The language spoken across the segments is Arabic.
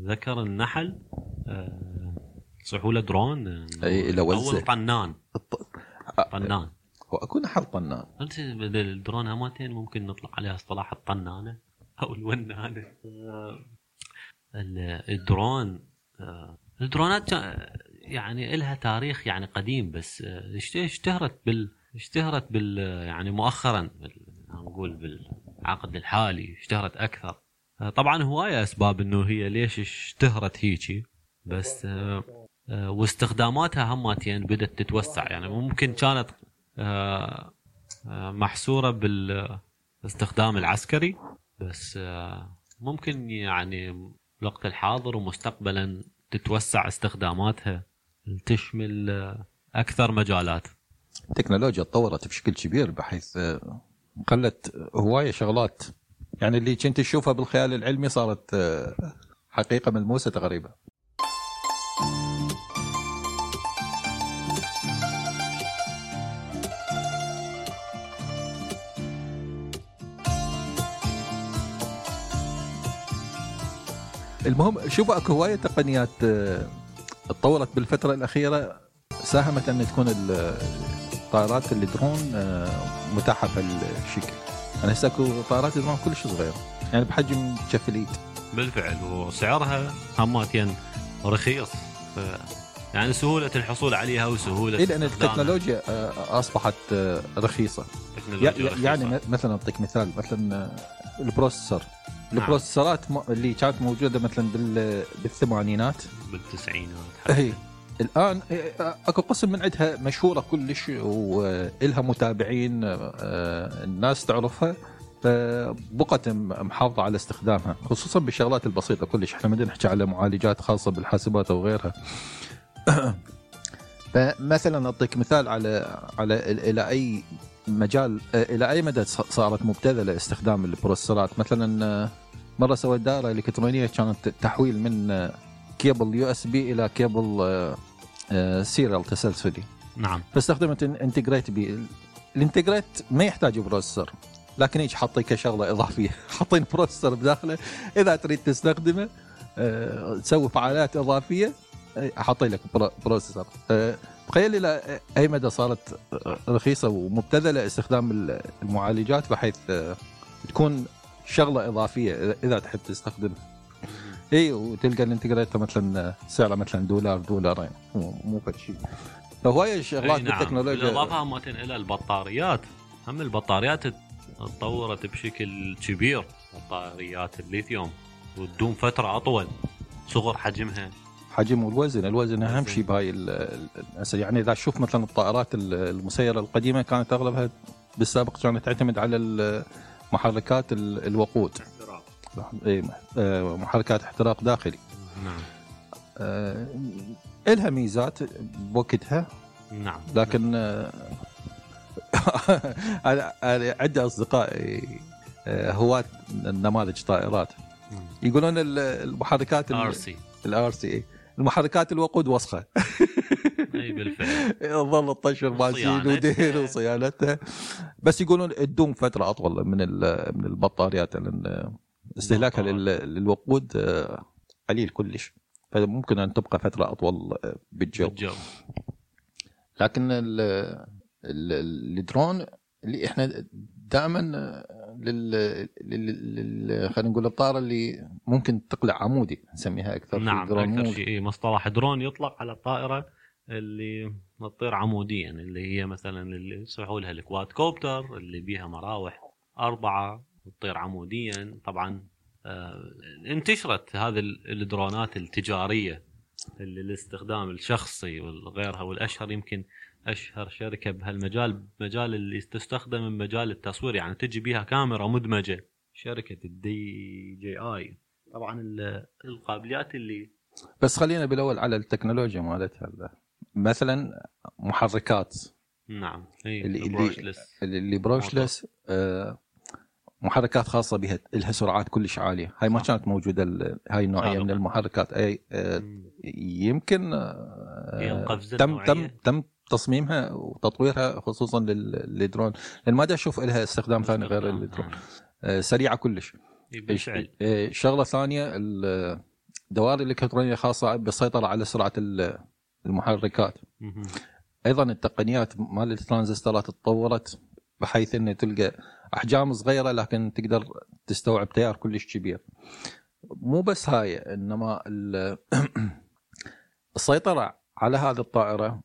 ذكر النحل صحوا له درون أول طنان طنان وأكون نحل طنان. أنت الدرون همتين ممكن نطلق عليها اصطلاح الطنانة أو الونانة. الدرونات يعني إلها تاريخ يعني قديم، بس اشتهرت بال يعني مؤخرا نقول بالعقد الحالي اشتهرت أكثر. طبعا هواية أسباب إنه هي ليش اشتهرت هيجي، بس واستخداماتها همتين بدأت تتوسع. يعني ممكن كانت محصورة بالاستخدام العسكري، بس ممكن يعني الوقت الحاضر ومستقبلا تتوسع استخداماتها تشمل أكثر مجالات. التكنولوجيا تطورت بشكل كبير بحيث خلت هواية شغلات يعني اللي كنت تشوفها بالخيال العلمي صارت حقيقة ملموسة تقريبا. المهم شوفوا اكو هوايه تقنيات تطورت بالفتره الاخيره ساهمت ان تكون الطائرات الدرون متاحه بهالشكل. انا هسه اكو طائرات درون كلش صغيره يعني بحجم كف اليد بالفعل، وسعرها هماتين رخيص، يعني سهوله الحصول عليها وسهوله لان التكنولوجيا اصبحت رخيصه. يعني مثلا اعطيك مثال، مثلا البروسيسورات اللي كانت موجوده مثلا بالثمانينات بالتسعينات هي الان اكو قسم من عندها مشهوره كلش والها متابعين، الناس تعرفها، فبقت محافظه على استخدامها خصوصا بالشغلات البسيطه كلش. احنا بدنا نحكي على معالجات خاصه بالحاسبات وغيرها. فمثلا اعطيك مثال على الى اي مجال الى اي مدى صارت مبتذله استخدام البروسيسورات. مثلا مره سويت دائره الكترونيه كانت تحويل من كيبل يو اس بي الى كيبل سيريال تسلسلي. نعم. فاستخدمت انتجريت بي. الانتجريت ما يحتاج بروسيسور، لكن هيك حطيك شغله اضافيه، حاطين بروسيسور بداخله اذا تريد تستخدمه تسوي فعاليات اضافيه حاطين لك بروسيسور. تخيل الى اي مدى صارت رخيصه ومبتذله استخدام المعالجات بحيث تكون شغله اضافيه اذا تحب تستخدمها. اي وتلقى الانتجريتر مثلا سعره مثلا دولارين مو شيء. فهوايه شغلات نعم. بالتكنولوجيا. بالاضافه ممكن الى البطاريات، هم البطاريات تطورت بشكل كبير، بطاريات الليثيوم وتدوم فتره اطول، صغر حجمها، حجم والوزن اهم شيء بهاي يعني اذا تشوف مثلا الطائرات المسيره القديمه كانت اغلبها بالسابق كانت تعتمد على محركات الوقود، محركات احتراق داخلي. نعم. إلها ميزات بوقتها. نعم. لكن أنا عندي أصدقاء هواة نماذج طائرات يقولون المحركات الRC المحركات الوقود وسخة. اي بالفعل ظل الطشر بازين ودير وصيانتها، بس يقولون تدوم فترة أطول من البطاريات لأن استهلاكها للوقود قليل كلش، فممكن أن تبقى فترة أطول بالجو. لكن الدرون اللي إحنا دائما خلينا نقول الطائرة اللي ممكن تقلع عمودي نسميها أكثر. نعم أكثر شيء مصطلح درون يطلق على الطائرة اللي تطير عموديا، اللي هي مثلا اللي يصحوا لها الكواد كوبتر اللي بيها مراوح 4 وتطير عموديا. طبعا انتشرت هذه الدرونات التجارية اللي الاستخدام الشخصي وغيرها، والأشهر يمكن أشهر شركة بهالمجال مجال اللي تستخدم من مجال التصوير، يعني تجي بيها كاميرا مدمجة، شركة DJI. طبعا القابليات اللي بس خلينا بالأول على التكنولوجيا مالتها. مثلا محركات. نعم. اللي بروشلس محركات خاصة بها لها سرعات كلش عالية. هاي ما كانت موجودة هاي النوعية من المحركات. أي يمكن تم تصميمها وتطويرها خصوصا للدرون، لأن ما دا أشوف لها استخدام ثاني غير الدرون. سريعة كلش. شغلة ثانية دوائر الإلكترونية خاصة بالسيطرة على سرعة المحركات. أيضا التقنيات مال الترانزستورات تطورت بحيث أن تلقى أحجام صغيرة لكن تقدر تستوعب تيار كلش كبير. مو بس هاي، إنما السيطرة على هذه الطائرة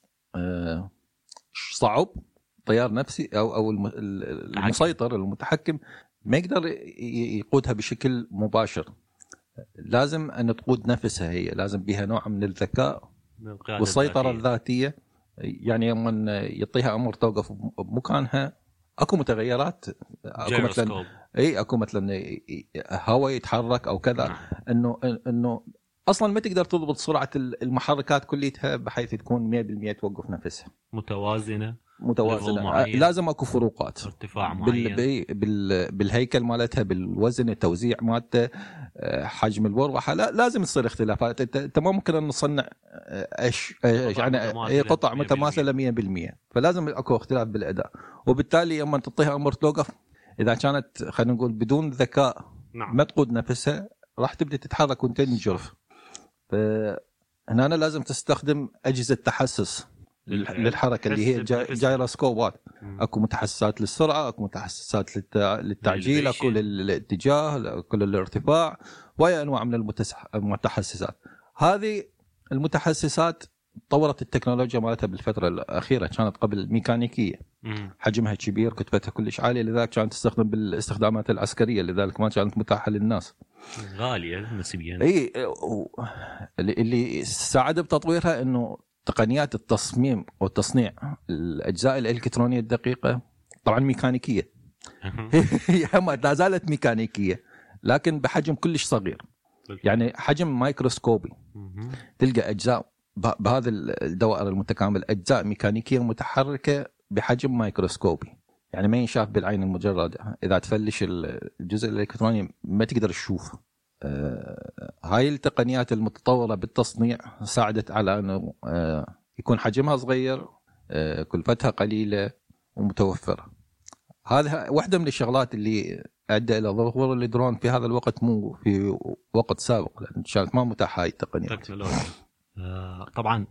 صعب. طيار نفسي أو المسيطر المتحكم ما يقدر يقودها بشكل مباشر، لازم أن تقود نفسها، هي لازم بها نوع من الذكاء والسيطرة الذاتية. يعني يوم يعطيها أمر توقف بمكانها، أكو متغيرات، أكو مثلا أكو مثلا هواء يتحرك أو كذا، إنه أصلا ما تقدر تضبط سرعة المحركات كليتها بحيث تكون 100% توقف نفسها متوازنة. لازم اكو فروقات، ارتفاع معين بالهيكل مالتها، بالوزن، التوزيع مالته، حجم المروحه، لازم تصير اختلافات. انت ما ممكن ان نصنع يعني قطع متماثله 100%، فلازم اكو اختلاف بالاداء. وبالتالي لما تعطيها امر توقف، اذا كانت خلينا نقول بدون ذكاء ما تقود نفسها، راح تبدا تتحرك وانت تنجرف. فهنا لازم تستخدم اجهزه تحسس للحركه اللي هي جايروسكوبات. اكو متحسسات للسرعه، اكو متحسسات للتعجيل، اكو للاتجاه، اكو للارتفاع، وهي انواع من المتحسسات. هذه المتحسسات طورت التكنولوجيا مالتها بالفتره الاخيره. كانت قبل ميكانيكيه، حجمها كبير، كتلتها كلش عاليه، لذلك كانت تستخدم بالاستخدامات العسكريه، لذلك ما كانت متاحه للناس، غاليه نسبيا. اي اللي ساعد بتطويرها انه تقنيات التصميم والتصنيع الأجزاء الإلكترونية الدقيقة طبعا ميكانيكية هي ما زالت ميكانيكية لكن بحجم كلش صغير، يعني حجم مايكروسكوبي. تلقى أجزاء بهذا الدوائر المتكامل، أجزاء ميكانيكية متحركة بحجم مايكروسكوبي، يعني ما ينشاف بالعين المجردة. إذا تفلش الجزء الإلكتروني ما تقدر تشوفه. هاي التقنيات المتطورة بالتصنيع ساعدت على أنه يكون حجمها صغير، كلفتها قليلة ومتوفرة. هذا واحدة من الشغلات اللي أدى إلى ظهور الدرون في هذا الوقت، مو في وقت سابق، لأن كانت ما متاحة هاي التقنيات. طبعا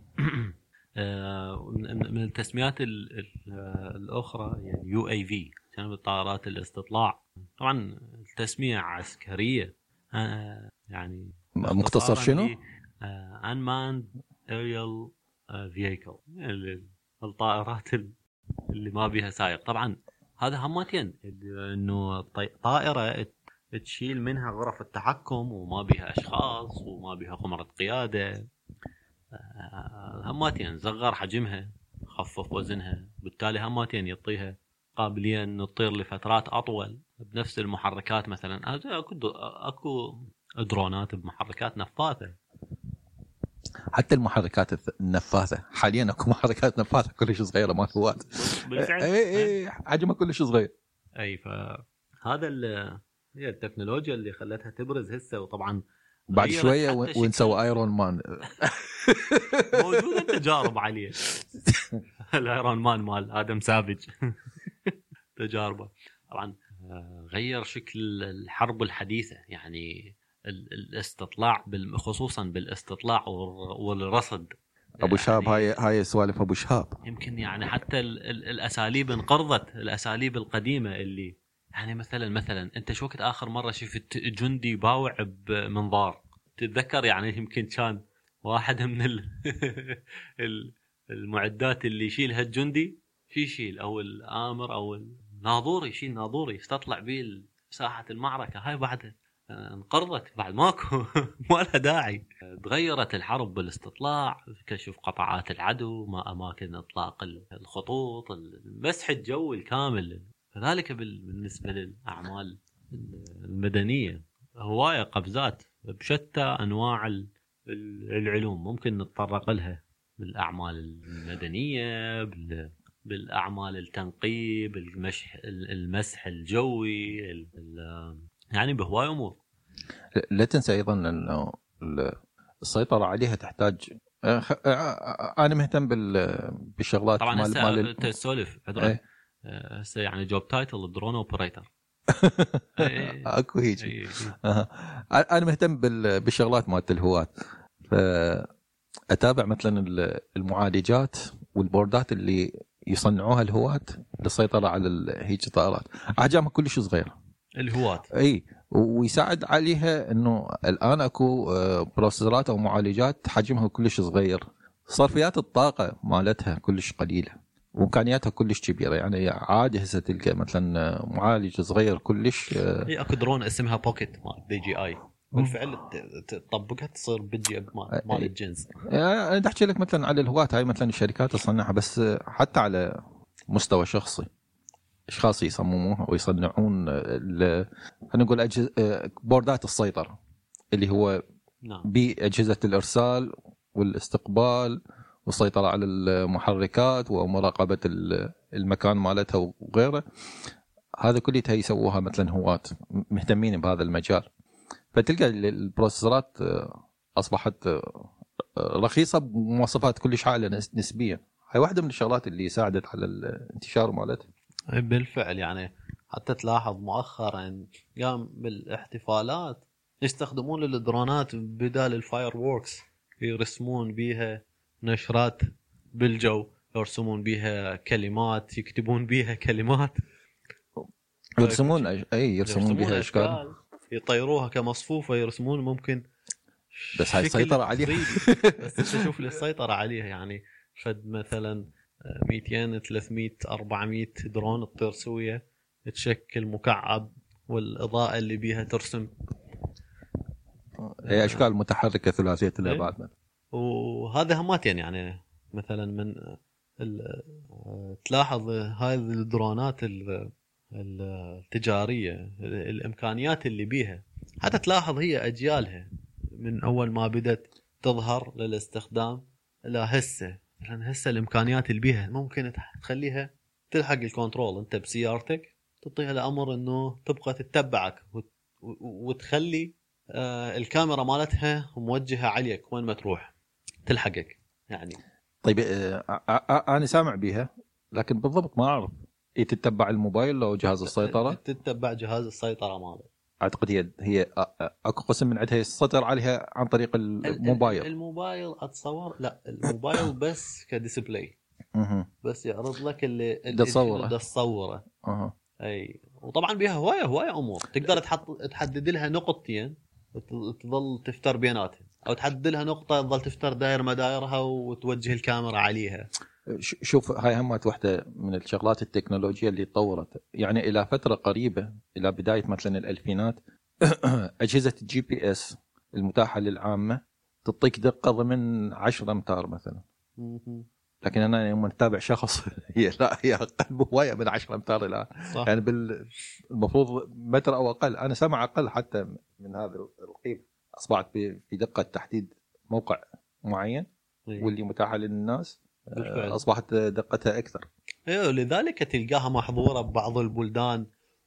من التسميات الأخرى يعني UAV، كانت الطائرات الاستطلاع. طبعا التسمية عسكرية، يعني مختصر شنو؟ Unmanned Aerial Vehicle، الطائرات اللي ما بيها سائق. طبعا هذا همتين، انه طائرة تشيل منها غرف التحكم وما بيها اشخاص وما بيها خمرة قيادة. همتين، صغر حجمها، خفف وزنها، بالتالي همتين يعطيها قابلية أن تطير لفترات أطول بنفس المحركات. مثلا أكو درونات بمحركات نفاثة، حتى المحركات النفاثة حاليا أكو محركات نفاثة كلش صغيرة، ما هوات بالفعل حجمها كلش صغير. أي فهذا هي التكنولوجيا اللي خلتها تبرز هسه. وطبعا بعد شوية ونسوي ايرون مان موجودة تجارب عليه الايرون مان مال آدم سافيج تجاربه. طبعا غير شكل الحرب الحديثة، يعني الاستطلاع خصوصا بالاستطلاع والرصد. ابو شهاب، هاي سوالف ابو شهاب. يمكن يعني حتى الاساليب انقرضت، الاساليب القديمة اللي يعني مثلا انت شو وقت اخر مرة شفت جندي باوع بمنظار؟ تتذكر يعني يمكن كان واحد من المعدات اللي يشيلها الجندي يشيل، او الامر او الناظور يشيل ناظور يستطلع به ساحة المعركة. هاي بعد انقرضت، بعد ماكو ما لها داعي. تغيرت الحرب بالاستطلاع، كشف قطعات العدو، ما اماكن اطلاق الخطوط، المسح الجوي الكامل. كذلك بالنسبة للأعمال المدنية، هواية قفزات بشتى أنواع العلوم ممكن نتطرق لها، بالأعمال المدنية، بالأعمال التنقيب، المسح الجوي، يعني بهواية أمور. لا تنسى أيضا أنه السيطرة عليها تحتاج، أنا مهتم بالشغلات طبعا هسه تسولف هسه يعني جوب تايتل درون اوبريتر، اكو هيك. انا مهتم بالشغلات مالت الهواة، فاتابع مثلا المعالجات والبوردات اللي يصنعوها الهواة للسيطره على هيك طائرات. احجامها كلش صغيره الهواة، اي، ويساعد عليها انه الان اكو بروسيسورات او معالجات حجمها كلش صغير، صرفيات الطاقه مالتها كلش قليله، وامكانياتها كلش كبيره. يعني عادي هسه تلقى مثلا معالج صغير كلش. هي اكو درون اسمها بوكيت مال دي جي اي، بالفعل تطبقها تصير بالجيب مال الجنس. انا بدي احكي لك مثلا على الهواة هاي، مثلا الشركات تصنعها، بس حتى على مستوى شخصي اشخاص يصمموها ويصنعون خلينا نقول بوردات السيطره اللي هو نعم. باجهزه الارسال والاستقبال والسيطره على المحركات ومراقبه المكان مالتها وغيره. هذا كله يسووها مثلا هواة مهتمين بهذا المجال. فتلقى البروسيسورات اصبحت رخيصه بمواصفات كلش عاليه نسبيا. هاي واحده من الشغلات اللي ساعدت على الانتشار مالتها. بالفعل يعني حتى تلاحظ مؤخرا قام بالاحتفالات يستخدمون الدرونات بدال الفاير ووركس، يرسمون بيها نشرات بالجو، يرسمون بيها كلمات، يكتبون بيها كلمات، يرسمون بها اشكال، يطيروها كمصفوفه، يرسمون ممكن. بس هاي السيطره عليها بس تشوف لي السيطره عليها يعني فد مثلا 200 300 400 درون تطير سويه، تشكل مكعب، والاضاءه اللي بيها ترسم هي اشكال متحركه ثلاثيه الابعاد. وهذا هماتين يعني مثلا من تلاحظ هاي الدرونات التجاريه الامكانيات اللي بيها، حتى تلاحظ هي اجيالها من اول ما بدت تظهر للاستخدام الى هسه. لان هسه الامكانيات اللي بيها ممكن تخليها تلحق الكنترول. انت بسيارتك تعطيها الامر انه تبقى تتبعك وتخلي الكاميرا مالتها موجهه عليك وين ما تروح تلحقك يعني. طيب انا سامع بيها لكن بالضبط ما اعرف تتبع الموبايل او جهاز السيطره. تتبع جهاز السيطره ماله. اعتقد هي اكو قسم من عندها يسيطر عليها عن طريق الموبايل. الموبايل اتصور لا، الموبايل بس كديسبلاي بس يعرض لك اللي تصوره. اي، وطبعا بها هوايه امور تقدر تحدد لها نقطتين وتظل تفتر بيناتهم، او تحدد لها نقطه تظل تفتر داير مدايرها وتوجه الكاميرا عليها. شوف هاي همت واحدة من الشغلات التكنولوجيا اللي تطورت يعني إلى فترة قريبة، إلى بداية مثلا الألفينات أجهزة الجي بي اس المتاحة للعامة تعطيك دقة ضمن 10 أمتار مثلا. لكن أنا يوم نتابع شخص هي أقل بهواية من 10 أمتار الآن. يعني المفروض متر أو أقل. أنا سمع أقل حتى من هذا القيمة. أصبحت في دقة تحديد موقع معين واللي متاحة للناس أصبحت دقتها أكثر. لذلك تلقاها محظورة ببعض البلدان،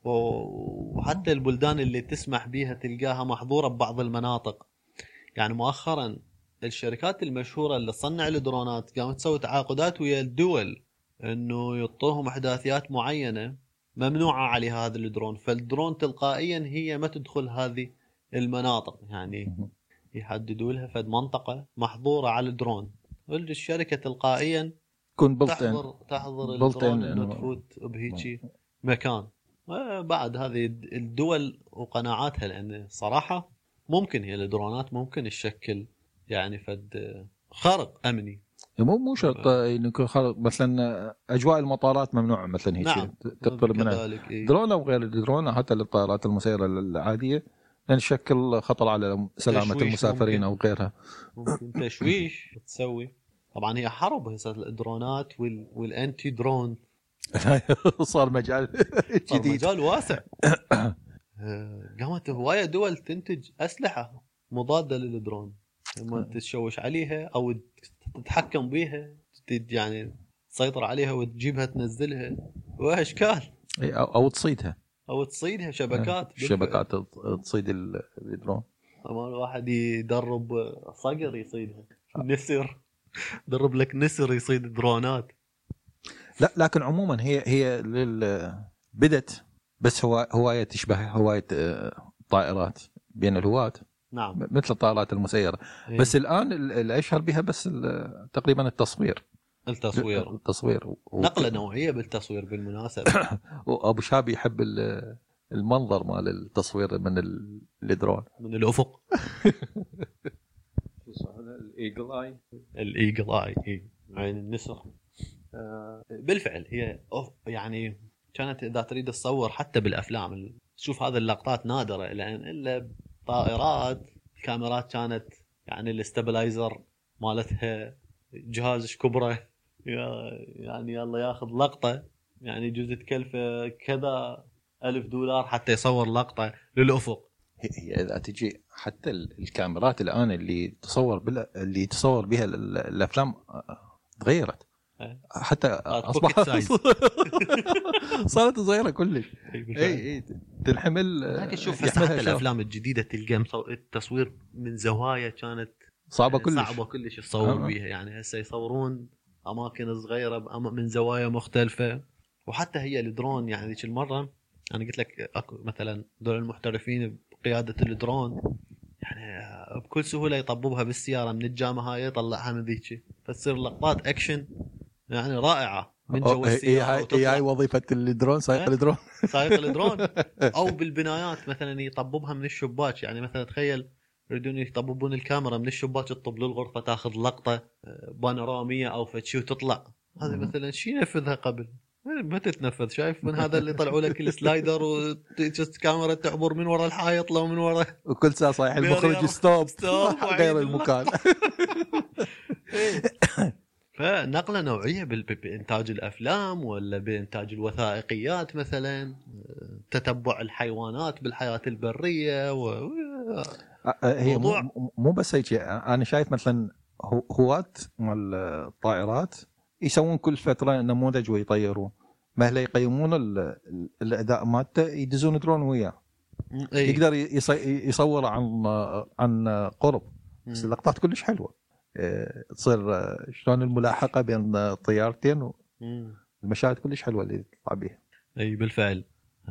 وحتى البلدان اللي تسمح بها تلقاها محظورة ببعض المناطق. يعني مؤخرا الشركات المشهورة اللي تصنع الدرونات قامت تسوي تعاقدات ويا الدول انه يعطوهم احداثيات معينة ممنوعة على هذا الدرون، فالدرون تلقائيا هي ما تدخل هذه المناطق. يعني يحددوا لها فد منطقة محظورة على الدرون، والشركة تلقائيا كن تحضر الدرون انه تفوت بهيجي مكان. بعد هذه الدول وقناعاتها، لان صراحة ممكن هي الدرونات ممكن تشكل يعني فد خارق امني. مو شرط انه يكون خارق. مثلا اجواء المطارات ممنوعه مثلا هيك. نعم. تقترب منها درون او غير الدرون، حتى للطائرات المسيره العاديه، لان تشكل خطر على سلامه المسافرين او غيرها. ممكن تشويش تسوي. طبعا هي حرب هسه الدرونات والانتي درون. صار مجال جديد، مجال واسع. قامت هوايه دول تنتج اسلحه مضاده للدرون، لما تتشوش عليها او تتحكم بيها، يعني تسيطر عليها وتجيبها تنزلها واشكال، او تصيدها شبكات تصيد الدرون. الواحد يدرب صقر يصيدها، نسر درب لك نسر يصيد درونات. لا لكن عموما هي بدت بس هوايه تشبه هوايه طائرات بين الهواة، نعم مثل الطائرات المسيره. إيه. بس الان الاشهر بها بس تقريبا التصوير. نقله نوعيه بالتصوير بالمناسبه. وابو شابي يحب المنظر مال التصوير من الدرون من الافق. الايجل اي عين النسر. بالفعل هي يعني كانت اذا تريد تصور حتى بالافلام تشوف هذه اللقطات نادره، لان الا طائرات الكاميرات كانت يعني الاستابلايزر مالتها جهاز كبره، يعني يلا ياخذ لقطه يعني جزء تكلفه كذا $1000 حتى يصور لقطه للافق. هي اذا تجي حتى الكاميرات الان اللي تصور بها الافلام تغيرت، حتى اصبحت صارت صغيره كلش. اي تنحمل. لكن شوف حتى الافلام الجديده تلقى التصوير من زوايا كانت صعبه كلش يصور بيها. يعني هسه يصورون اماكن صغيره من زوايا مختلفه. وحتى هي الدرون يعني ذيك المره انا قلت لك اكو مثلا دول المحترفين بقياده الدرون يعني بكل سهوله يطببها بالسياره من الجامه هاي يطلعها من ذيك، فتصير لقطات اكشن يعني رائعه من جوا السياره. هي وظيفه الدرون، سائق الدرون. سائق الدرون. او بالبنايات مثلا يطببها من الشباك، يعني مثلا تخيل يريدون يطببون الكاميرا من الشباك تطب للغرفه تاخذ لقطه بانوراميه او فشي وتطلع. هذا مثلا شيء نفذها قبل ما تتنفذ. شايف من هذا اللي طلعوا لك السلايدر والكاميرا تعبر من وراء الحائط لو من وراء، وكل ساعه صايح المخرج ستوب غير المكان. فنقله نوعيه بانتاج الافلام ولا بانتاج الوثائقيات مثلا، تتبع الحيوانات بالحياه البريه هي مو بس هيك. انا شايف مثلا هواة مال الطائرات يسوون كل فتره نموذج ويطيرون، ما هلا يقيمون الاداء مالته يدزون درون وياه يقدر يصور عن قرب. بس اللقطات كلش حلوه. تصير شلون الملاحقه بين طيارتين المشاهد كلش حلوه اللي تطلع بيها. اي بالفعل.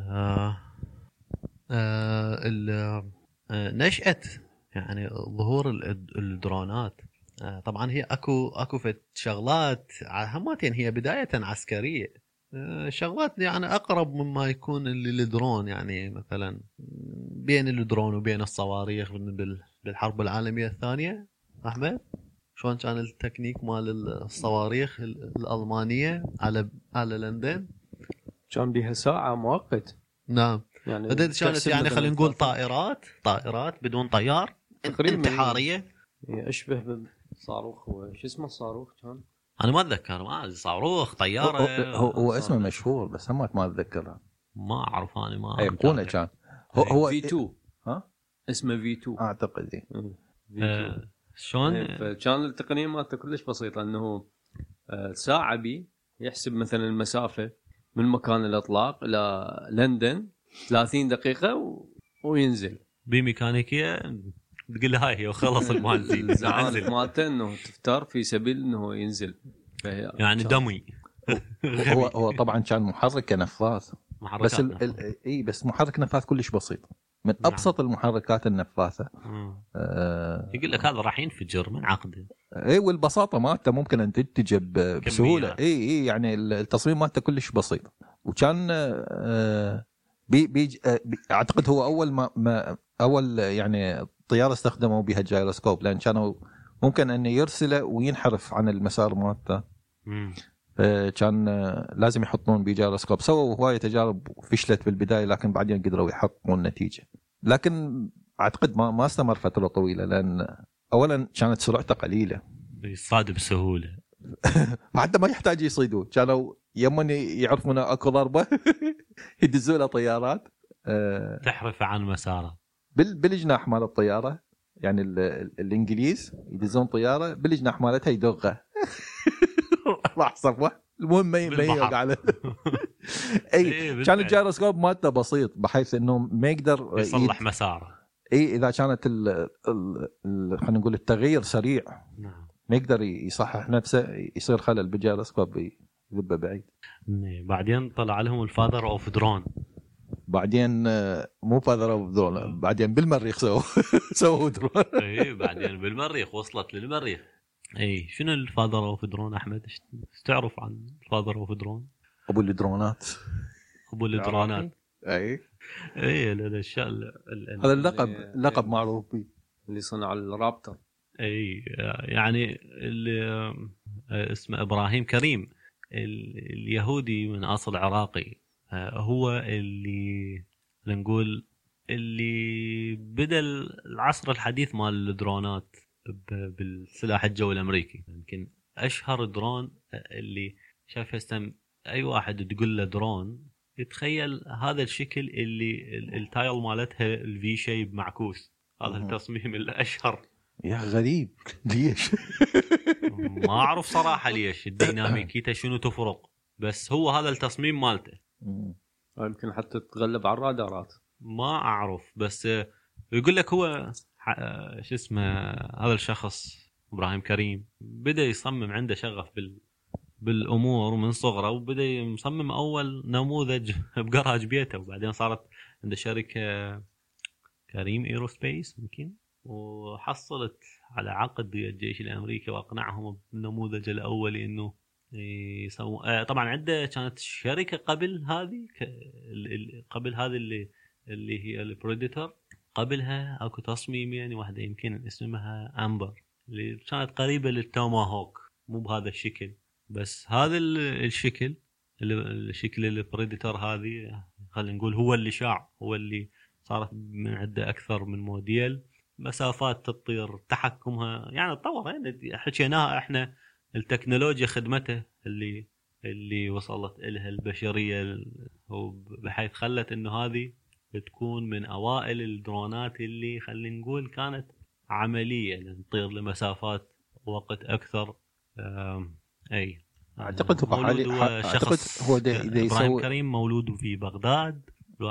نشأة يعني ظهور الدرونات. طبعا هي اكو في شغلات هماتين هي بدايه عسكريه، شغلات يعني اقرب مما يكون للدرون. يعني مثلا بين الدرون وبين الصواريخ بالحرب العالميه الثانيه. احمد شلون كان التكنيك مال الصواريخ الالمانيه على لندن؟ كان بها ساعه مؤقت. نعم يعني كانت يعني خلينا نقول طائرات بدون طيار انتحاريه اشبه بالصاروخ. وش اسمه الصاروخ كان؟ انا ما اتذكر. ما صاروخ طياره هو اسمه مشهور بس ما اتذكره. ما اعرف انا ما ايقونه كان هو V2. ها اسمه V2 اعتقد. شلون فكان التقنيه مالته كلش بسيطه، انه ساعه بي يحسب مثلا المسافه من مكان الاطلاق الى لندن 30 دقيقه وينزل بميكانيكيه تقول هاي هي وخلص المال. الزعانف مالته انه تفتر في سبيل انه ينزل يعني دمي. هو طبعا كان محرك نفاث بس بس محرك نفاث كلش بسيط من ابسط المحركات النفاثه. يقول لك هذا راح ينفجر من عقده. اي والبساطه مالته ممكن ان تنتج بسهوله. اي يعني التصميم مالته كلش بسيط. وكان اعتقد هو اول يعني طياره استخدموا بها الجايروسكوب، لان كانوا ممكن ان يرسله وينحرف عن المسار مالته. كان لازم يحطون بجايروسكوب. سووا هوايه تجارب فشلت بالبدايه، لكن بعدين قدروا يحققون النتيجه. لكن اعتقد ما استمر فتره طويله، لان اولا كانت سرعته قليله يصاد بسهوله. حتى ما يحتاج يصيدون، كانوا يمن يعرفون اكو ضربه يدزوا له طيارات تحرف عن مساره بالجناح مال الطياره. يعني الانجليز يدزون طياره بالجناح مالتها يدغه راح صفوه. المهم ما يوقع عليه. اي كان الجايروسكوب مالته بسيط بحيث انه ما يقدر يصلح مساره. اي اذا كانت خلينا نقول التغيير سريع ما يقدر يصحح نفسه، يصير خلل بالجايروسكوب يذبه بعيد. بعدين طلع لهم الفاذر اوف درون بعدين مو فاذر اوف درون، بعدين بالمريخ سووا درون. اي بعدين بالمريخ، وصلت للمريخ. اي شنو الفاذر اوف درون احمد؟ ايش تعرف عن الفاذر اوف درون؟ ابو الدرونات. ابو الدرونات. اي الاشياء هذا اللقب معروف به، اللي صنع الرابتر. اي يعني اللي اسمه ابراهيم كريم، اليهودي من اصل عراقي، هو اللي نقول اللي بدا العصر الحديث مال الدرونات بالسلاح الجوي الامريكي. يمكن اشهر درون اللي شاف هسه اي واحد تقول له درون يتخيل هذا الشكل اللي التايل مالتها الفي شيب معكوس. هذا التصميم الاشهر. يا غريب ليش؟ ما اعرف صراحه ليش الديناميكيته شنو تفرق، بس هو هذا التصميم مالته. يمكن حتى تتغلب على الرادارات، ما اعرف. بس يقول لك هو شو اسمه هذا الشخص ابراهيم كريم بدا يصمم، عنده شغف بالامور من صغره، وبدا يصمم اول نموذج بجراج بيته، وبعدين صارت عنده شركه كريم ايروسبيس يمكن، وحصلت على عقد الجيش الامريكي واقنعهم بالنموذج الاول انه يسوي. طبعا عنده كانت شركه قبل هذه اللي هي البريديتور. قبلها اكو تصميمين، واحده يمكن اسمها امبر اللي كانت قريبه للتوماهوك، مو بهذا الشكل، بس هذا الشكل البريديتور هذه خلينا نقول هو اللي شاع، هو اللي صارت من عده اكثر من موديل، مسافات تطير، تحكمها يعني تطور. يعني حكيناها احنا التكنولوجيا خدمته اللي وصلت إلها البشريه، بحيث خلت انه هذه تكون من اوائل الدرونات اللي خلينا نقول كانت عمليه، يعني تطير لمسافات وقت اكثر. اي اعتقد هو شخص هو ابراهيم كريم مولود في بغداد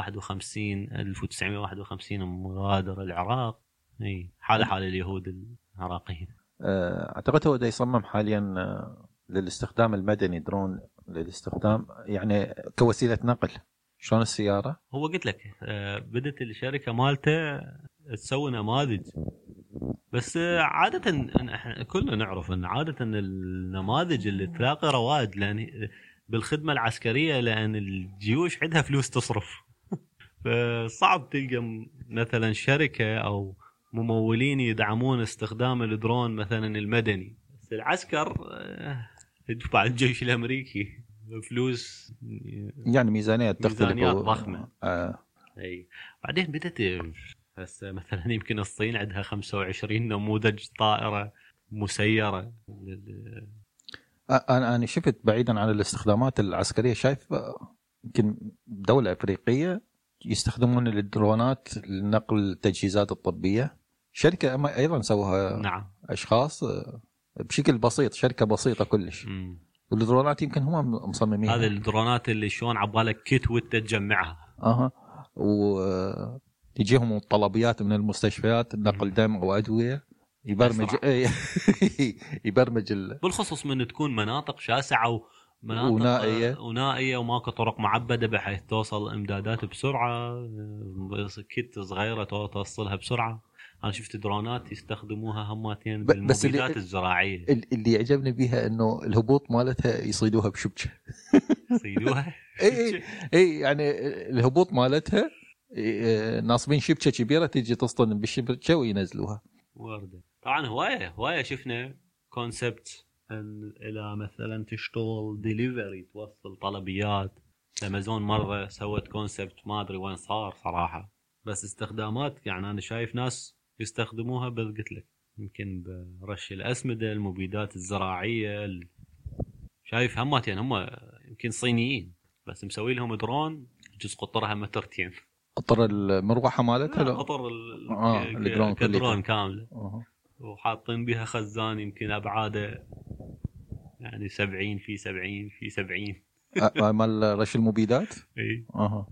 1951 مغادر العراق. اي حال اليهود العراقيين. اعتقد هو دا يصمم حاليا للاستخدام المدني، درون للاستخدام يعني كوسيله نقل، شلون السياره. هو قلت لك بدت الشركه مالته تسوي نماذج، بس عاده احنا كلنا نعرف ان عاده النماذج اللي تلاقي رواج لان بالخدمه العسكريه، لان الجيوش عندها فلوس تصرف. فصعب تلقى مثلا شركه او ممولين يدعمون استخدام الدرون مثلا المدني، بس العسكر يدفع الجيش الامريكي فلوس، يعني ميزانيات ضخمه. اي بعدين بدت هسه مثلا يمكن الصين عندها 25 نموذج طائره مسيره. انا شفت بعيدا عن الاستخدامات العسكريه، شايف يمكن دوله افريقيه يستخدمون الدرونات لنقل التجهيزات الطبيه. شركه ايضا سووها. نعم. اشخاص بشكل بسيط، شركه بسيطه كلش. والدرونات يمكن هم مصممينها. هذه الدرونات اللي شلون عبالك كيت وانت تجمعها. وتجيهم طلبيات من المستشفيات، نقل دم او ادويه، يبرمج يبرمج بالخصوص من تكون مناطق شاسعه ومناطق ونائيه وماكو طرق معبده بحيث توصل امدادات بسرعه، كيت صغيره توصلها بسرعه. انا شفت درونات يستخدموها هماتين بالمبيدات الزراعيه. اللي يعجبني بيها انه الهبوط مالتها يصيدوها بشبكه. يصيدوها اي يعني الهبوط مالتها ناصبين شبكه كبيره تيجي تصطدم بالشبكه وينزلوها. ورده. طبعا هوايه شفنا كونسبت الى مثلا تشتغل ديليفري، توصل طلبيات. امازون مره سوت كونسبت ما ادري وين صار صراحه، بس استخدامات يعني انا شايف ناس يستخدموها. بس قلت لك يمكن برش الاسمده، المبيدات الزراعيه، شايف هماتين هم يمكن صينيين بس مسوي لهم درون جزء قطرها مترتين. قطر المروحه مالتها لا قطر الدرون كامله. وحاطين بها خزان يمكن ابعاده يعني 70 في 70 في 70. مال رش المبيدات. اي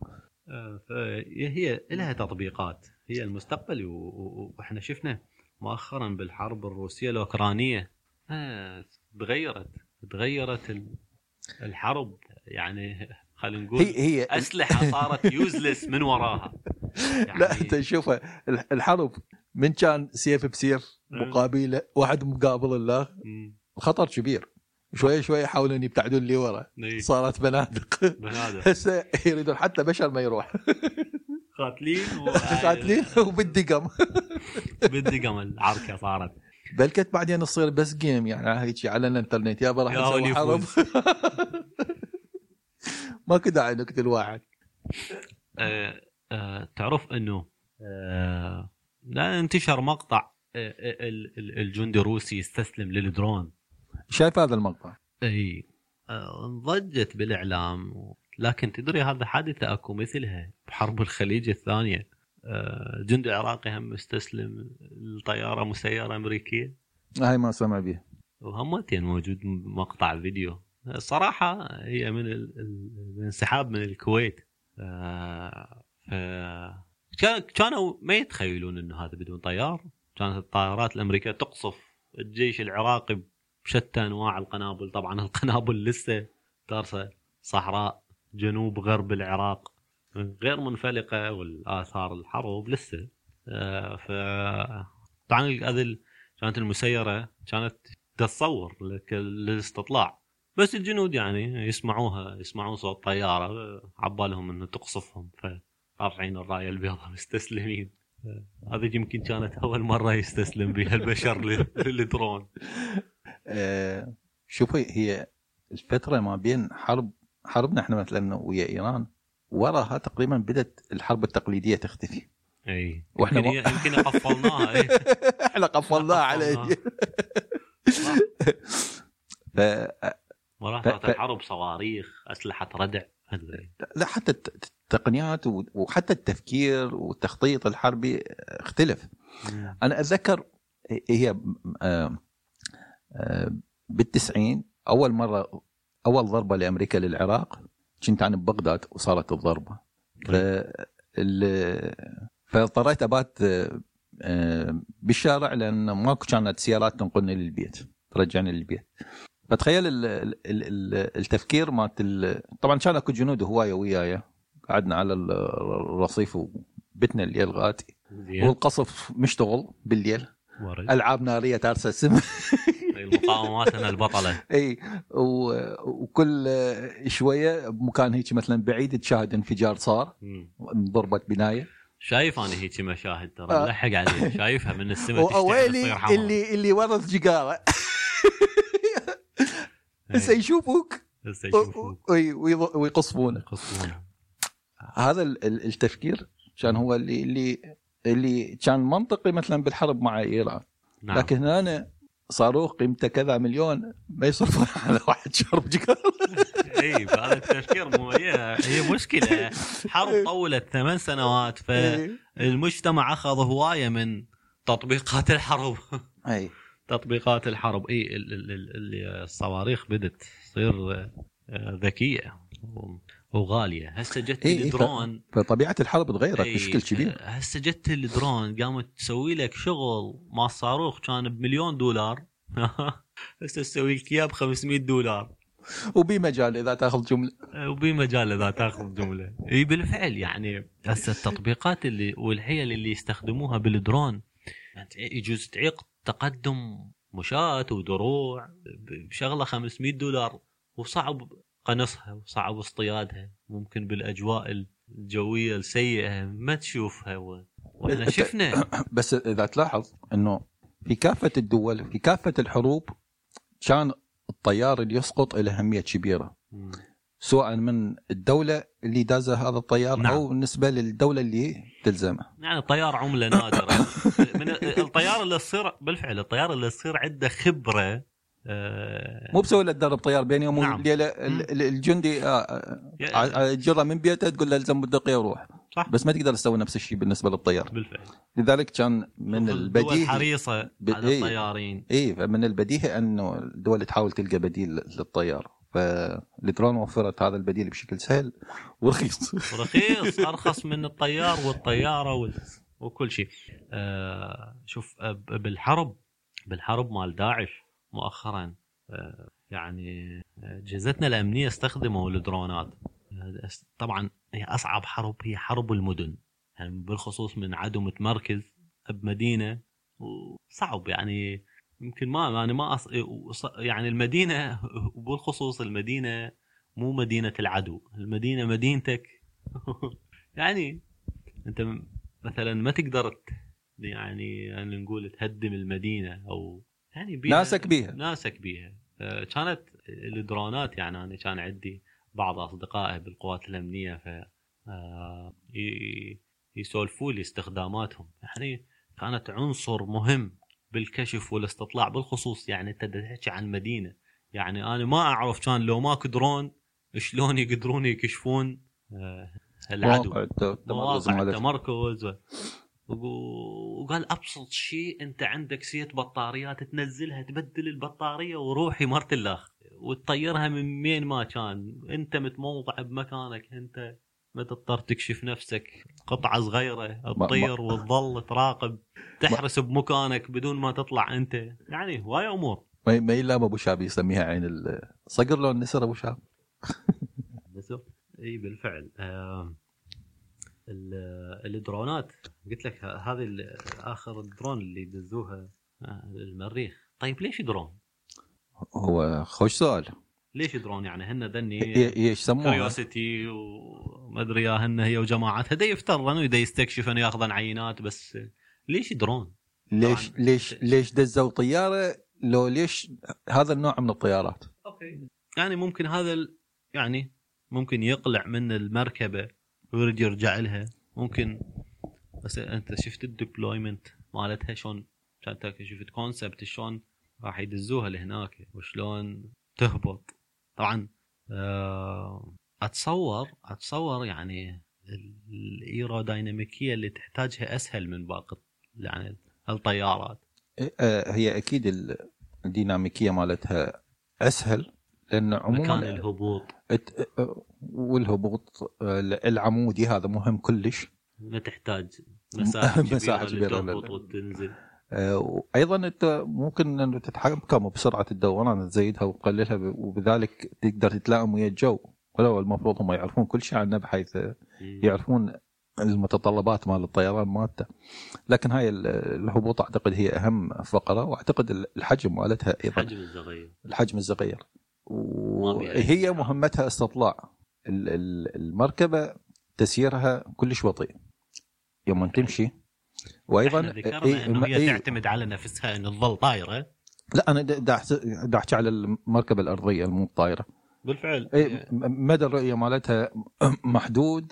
فهي لها تطبيقات، هي المستقبل. واحنا شفنا مؤخرا بالحرب الروسيه الاوكرانيه تغيرت الحرب. يعني خلينا نقول هي اسلحه صارت يوزلس من وراها يعني. لا انت شوف الحرب من كان سيف بسيف مقابله واحد مقابل الله خطر كبير، شوي شوي يحاولون يبتعدون لي ورا، صارت بنادق هسه يريدون حتى بشر ما يروح قاتلين وبالدقم بالدقم العركه صارت بلكت بعدين تصير بس جيم يعني هيك على الانترنت يابا راح نسوي حرب ما كدا نقتل واحد. تعرف انه لا انتشر مقطع الجندي الروسي يستسلم للدرون. شايف هذا المقطع؟ اي ضجت بالاعلام، لكن تدري هذا حادثه اكو مثلها بحرب الخليج الثانيه. جندي عراقي هم استسلم لطياره مسيره امريكيه. هاي ما سمع بيه. وهمتين موجود مقطع فيديو. صراحه هي من الانسحاب من الكويت. كانوا ما يتخيلون انه هذا بدون طيار. كانت الطائرات الامريكيه تقصف الجيش العراقي بشتى انواع القنابل. طبعا القنابل لسه دارسه صحراء جنوب غرب العراق غير منفلقه، والاثار الحرب لسه. طبعا هذه كانت المسيره كانت تتصور للاستطلاع، بس الجنود يعني يسمعون صوت طياره عبالهم انه تقصفهم، فرافعين الرايه البيضاء مستسلمين. هذه يمكن كانت اول مره يستسلم بها البشر للدرون. شوف هي الفتره ما بين حربنا احنا مثلا ويا ايران وراها تقريبا بدت الحرب التقليديه تختفي. اي واحنا يمكن قفلناها. اي احنا قفلناها على مرات الحرب صواريخ اسلحه ردع. لا حتى التقنيات وحتى التفكير والتخطيط الحربي اختلف. انا اتذكر هي بالتسعين اول ضربه لامريكا للعراق كنت انا ببغداد وصارت الضربه. فاضطريت ابات بالشارع لان ماكو كانت سيارات تنقلني للبيت ترجعني للبيت. فتخيل التفكير مالت طبعا كان اكو جنود هوايه وياي، قعدنا على الرصيف وبتنا الليل غاتي والقصف مشتغل بالليل العاب ناريه تارسه سم المقاوماتنا البطله. اي وكل شويه بمكان هيك مثلا بعيد تشاهد انفجار صار ضربه بنايه. شايف انا هيك مشاهد ترى لحق عليه شايفها من السماء تشتغل اللي ورث جقاره هسه يشوفوك ويقصفونك. هذا التفكير كان هو اللي كان منطقي مثلا بالحرب مع ايران. نعم. لكن هنا صاروخ قيمته كذا مليون ما يصرف على واحد شرب جقار. اي هذا التفكير هي مشكله. حرب طولت 8 سنوات فالمجتمع اخذ هوايه من تطبيقات الحرب. اي تطبيقات الحرب. الصواريخ بدت تصير ذكيه وغاليه. هسه جت الدرون فطبيعه الحرب تغيرت بشكل كبير. هسه جت الدرون قامت تسوي لك شغل مع الصاروخ كان $1,000,000 هسه تسوي لك اياه $500 وبمجال اذا تاخذ جمله. اي بالفعل يعني هسه التطبيقات والحيل اللي يستخدموها بالدرون يجوز تعيق تقدم مشاة ودروع بشغله $500 وصعب قنصها وصعب اصطيادها. ممكن بالاجواء الجويه السيئه ما تشوفها واحنا شفنا. بس اذا تلاحظ انه في كافه الدول في كافه الحروب كان الطيار اللي يسقط له اهميه كبيره سواء من الدوله اللي دازه هذا الطيار. نعم. او بالنسبه للدوله اللي تلزمه. يعني الطيار عمله نادره. من الطيار اللي يصير بالفعل الطيار اللي يصير عنده خبره مو بسوي له تدرب طيار بين يوم وليله. الجندي الجره من بيته تقول له الزم بالدقيقه وروح. صح. بس ما تقدر تسوي نفس الشيء بالنسبه للطيار بالفعل. لذلك كان من البديهي حريصه على الطيارين. من البديهي انه الدول تحاول تلقى بديل للطيار. فالدرون وفرت هذا البديل بشكل سهل ورخيص ارخص من الطيار والطياره وكل شيء. شوف بالحرب مال داعش مؤخرا يعني جهازتنا الامنيه استخدموا الدرونات طبعا هي أصعب حرب هي حرب المدن، يعني بالخصوص من عدو متمركز بمدينة وصعب. يعني يمكن ما أنا ما يعني المدينة وبالخصوص المدينة مو مدينة العدو، المدينة مدينتك. يعني أنت مثلا ما تقدر يعني نقول تهدم المدينة أو يعني ناسك بيها. كانت الدرونات، يعني أنا كان عندي بعض أصدقائي بالقوات الأمنية ف يسولفوا لي استخداماتهم، يعني كانت عنصر مهم بالكشف والاستطلاع بالخصوص. يعني انت تحكي عن مدينة، يعني انا ما اعرف كان لو ماكو درون شلون يقدرون يكشفون العدو، مواقع التمركز. وقال ابسط شيء انت عندك سيت بطاريات تنزلها تبدل البطارية وروحي مرت الاخ وتطيرها من مين ما كان، انت متموضع بمكانك، انت ما تضطر تكشف نفسك، قطعة صغيرة تطير وتظل تراقب تحرس بمكانك بدون ما تطلع انت. يعني هواي امور. ما يلام ابو شاب يسميها عين الصقر لو النسر ابو شاب. نسر اي بالفعل. الدرونات قلت لك هذه اخر الدرون اللي دزوها المريخ. طيب ليش درون؟ هو خوش سؤال. ليش درون؟ يعني هن ذني ايش سموها كيوريوسيتي وما ادري يا هن هي وجماعتها دا يفترضن ودا يستكشفن وياخذن عينات، بس ليش درون؟ ليش دزوا طياره؟ لو ليش هذا النوع من الطيارات؟ اوكي يعني ممكن هذا يعني ممكن يقلع من المركبه ويرجع يرجع لها ممكن. بس انت شفت الديبلويمنت مالتها شلون، كانت شفت كونسبت شلون راح يدزوها لهناك وشلون تهبط. طبعا اتصور يعني الايرودايناميكيه اللي تحتاجها اسهل من باقي يعني الطيارات. هي اكيد الديناميكيه مالتها اسهل لان عموما مكان الهبوط والهبوط العمودي هذا مهم كلش، ما تحتاج مساحه كبيره تهبط وتنزل. وايضا انت ممكن انه تتحكم بسرعه الدوران تزيدها وتقللها وبذلك تقدر تتلائم ويا الجو. ولو المفروض هم يعرفون كل شيء عنه بحيث يعرفون المتطلبات مال الطيران مالته. لكن هاي الهبوط اعتقد هي اهم فقره، واعتقد الحجم مالتها ايضا الحجم الصغير وهي مهمتها استطلاع. المركبه تسييرها كلش بطيء يوم تمشي، وايضا انه هي تعتمد على نفسها انه تظل طايره. لا انا دا احكي على المركبه الارضيه المو طايره بالفعل. مدى الرؤيه مالتها محدود،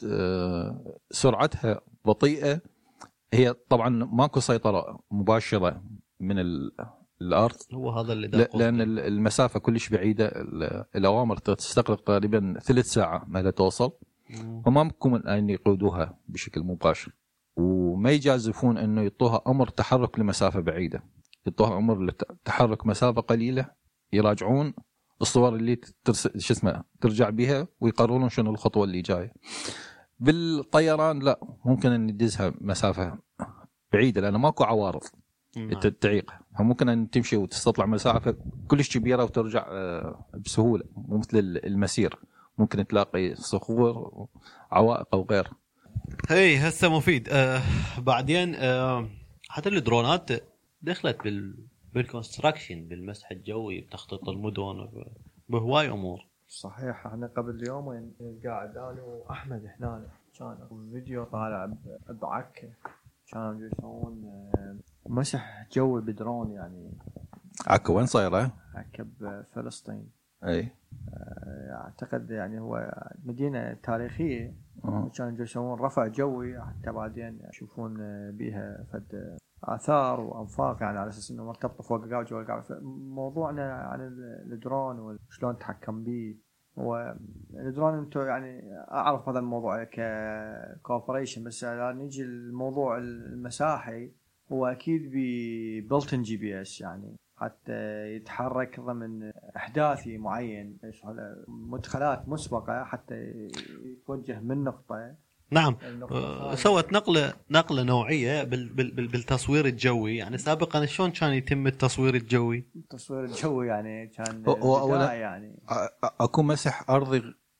سرعتها بطيئه. هي طبعا ماكو سيطره مباشره من الارض، هو هذا اللي لان المسافه كلش بعيده. الاوامر تستغرق تقريبا 3 ساعة ما توصل، وما ممكن ان يقودوها بشكل مباشر، وما يجازفون انه يعطوها امر تحرك لمسافه بعيده، يعطوها امر لتحرك مسافه قليله، يراجعون الصور اللي ترجع بها ويقررون شنو الخطوه اللي جايه. بالطيران لا، ممكن ان يدزها مسافه بعيده لان ماكو عوارض تعيقها، ممكن ان تمشي وتستطلع مسافه كلش كبيره وترجع بسهوله، مو مثل المسير ممكن تلاقي صخور عوائق او غيره. هي هسه مفيد. بعدين حتى الدرونات دخلت بالكونستراكشن، بالمسح الجوي، بتخطيط المدن، بهواي امور. صحيح. احنا قبل يومين قاعد انا واحمد هنا كان فيديو طالع بعكا كانوا يسوون مسح جوي بدرون. يعني عكا وين صايره؟ عكا بفلسطين. اي اعتقد يعني هو مدينه تاريخيه، كانوا يسوون رفع جوي حتى بعدين يشوفون بيها فد آثار وأنفاق، يعني على أساس إنه مرتبطة فوق الجو جوا الجو. موضوعنا عن الدرون وشلون نتحكم به. هو الدرون أنتوا يعني أعرف هذا الموضوع ككوبريشن، بس يعني نيجي الموضوع المساحي هو أكيد ببلتن GPS، يعني حتى يتحرك ضمن أحداثي معين، مدخلات مسبقة حتى يتوجه من نقطة. نعم. سوت نقلة نوعية بالتصوير الجوي. يعني سابقا شلون كان يتم التصوير الجوي؟ التصوير الجوي يعني كان يعني اكو مسح ارضي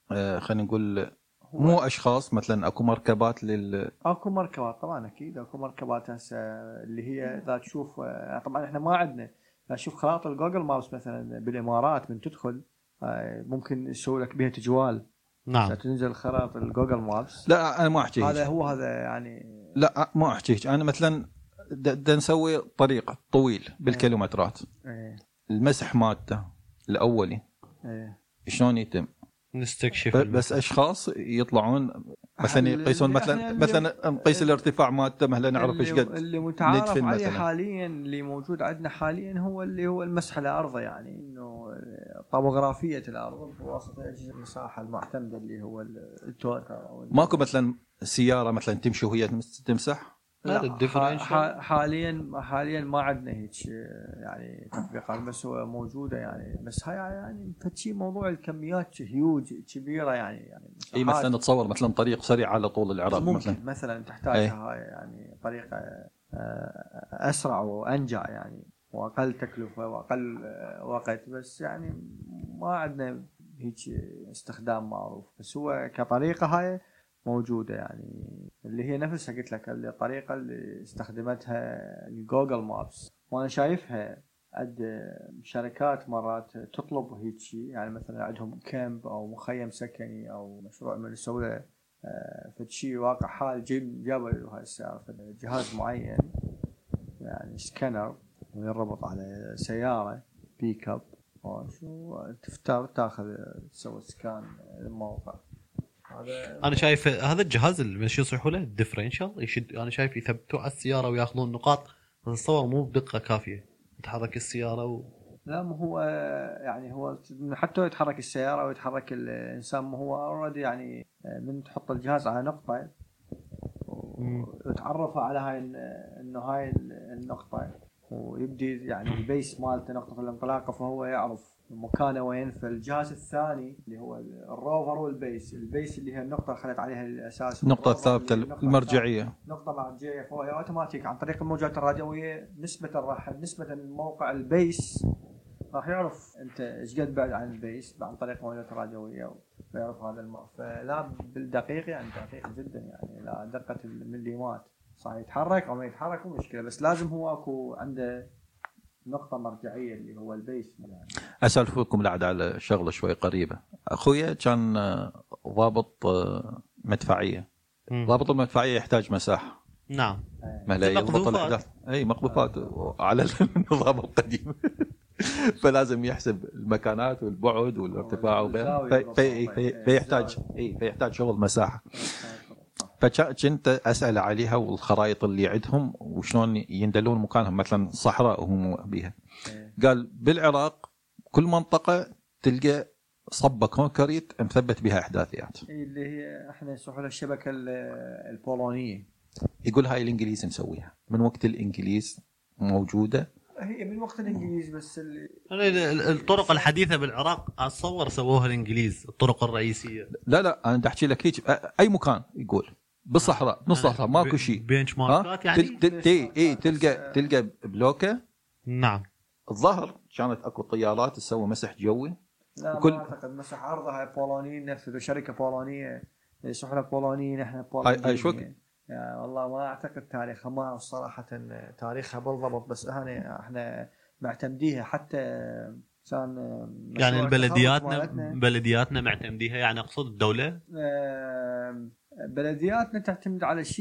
خلينا نقول مو اشخاص، مثلا اكو مركبات اكو مركبات طبعا اكيد اكو مركبات هسه اللي هي اذا تشوف طبعا احنا ما عندنا، اشوف خرائط الجوجل مابس مثلا بالامارات من تدخل ممكن يسوي لك بها تجوال. نعم. تنزل خرائط الجوجل مابس. لا انا ما احكي هذا هو هذا يعني. لا ما احكي انا مثلا نسوي طريق طويل بالكيلومترات. المسح مالته الاولي شلون يتم؟ نستكشف بس اشخاص يطلعون مثلا يقيسون مثلا نقيس الارتفاع مالته، مثلا نعرف ايش قد اللي متعارف عليه حاليا اللي موجود عندنا حاليا هو اللي هو المسح الارض، يعني انه طبوغرافيه الارض بواسطه اجهزه المساحه المعتمده اللي هو التويتر. ماكو مثلا سياره مثلا تمشي وهي تمسح؟ حاليا ما عندنا هيك يعني تطبيقات، بس هو موجوده يعني. بس هاي يعني فشي موضوع الكميات هيوج كبيره يعني اي مثلا تصور مثلا طريق سريع على طول العراق مثلا تحتاج هاي يعني طريقه اسرع وانجع يعني واقل تكلفه واقل وقت، بس يعني ما عندنا هيك استخدام معروف. بس هو كطريقه هاي موجودة يعني، اللي هي نفسها قلت لك الطريقة اللي استخدمتها جوجل مابس، وأنا شايفها عند شركات مرات تطلب هيك شيء، يعني مثلا عندهم كامب أو مخيم سكني أو مشروع من يسوي له فشي واقع حال جابوا هاي السيارة جهاز معين يعني سكانر ويربط على سيارة بيك اب وشو تاخذ تسوي سكان الموقع. انا شايف هذا الجهاز اللي يصيحوا له الديفرنشال يشد، انا شايف يثبتوه على السياره وياخذون نقاط، بس الصور مو بدقه كافيه تحرك السياره لا ما هو يعني هو حتى يتحرك السياره ويتحرك الانسان، ما هو اوريدي يعني من تحط الجهاز على نقطه وتعرفه على هاي انه هاي النقطه ويبدي يعني البيس مالته نقطه الانطلاقه، فهو يعرف مكانه وين. فالجهاز الثاني اللي هو الروفر والبيس، البيس اللي هي النقطه اللي خلت عليها الاساس، النقطه الثابته المرجعيه، نقطه مرجعيه، فهو اوتوماتيك عن طريق الموجات الراديويه نسبه الموقع البيس راح يعرف انت ايش قد بعد عن البيس عن طريق الموجات الراديويه ويعرف هذا فلا بالدقيق يعني دقيق جدا يعني لا دقه المليمات، صح يتحرك او ما يتحرك مو مشكله، بس لازم هو اكو عنده نقطة مرجعية اللي هو البيس يعني. أسألكم بعد على شغلة شوي قريبة. أخويا كان ضابط مدفعية. ضابط المدفعية يحتاج مساحة. نعم. مقذوفات. أي مقذوفات على النظام القديم. فلازم يحسب المكانات والبعد والارتفاع وغيره. فيحتاج شغل مساحة. فكنت أسأل عليها والخرائط اللي عندهم وشلون يندلون مكانهم، مثلا صحراء وهم بيها. قال بالعراق كل منطقة تلقى صبة كونكريت مثبت بها إحداثيات اللي هي احنا نسموها الشبكة البولونية. يقول هاي الإنجليز مسويها من وقت الإنجليز موجودة، هي من وقت الإنجليز، بس الطرق الحديثة بالعراق أتصور سووها الإنجليز الطرق الرئيسية. لا أنا بدي أحكي لك هيك أي مكان يقول بالصحراء نص صحراء ماكو شيء بينش ماركات يعني تلقى بلوكه. نعم. الظهر كانت اكو طيارات تسوي مسح جوي. لا ما اعتقد مسح ارضها بولونيين، نفس شركه بولونيه يسحوا بولونيين احنا بولونيين. هاي شو يعني والله ما اعتقد تاريخها، ما اعرف صراحه تاريخها بالضبط، بس احنا معتمديها حتى كان يعني بلدياتنا معتمديها، يعني اقصد الدوله بلدياتنا تعتمد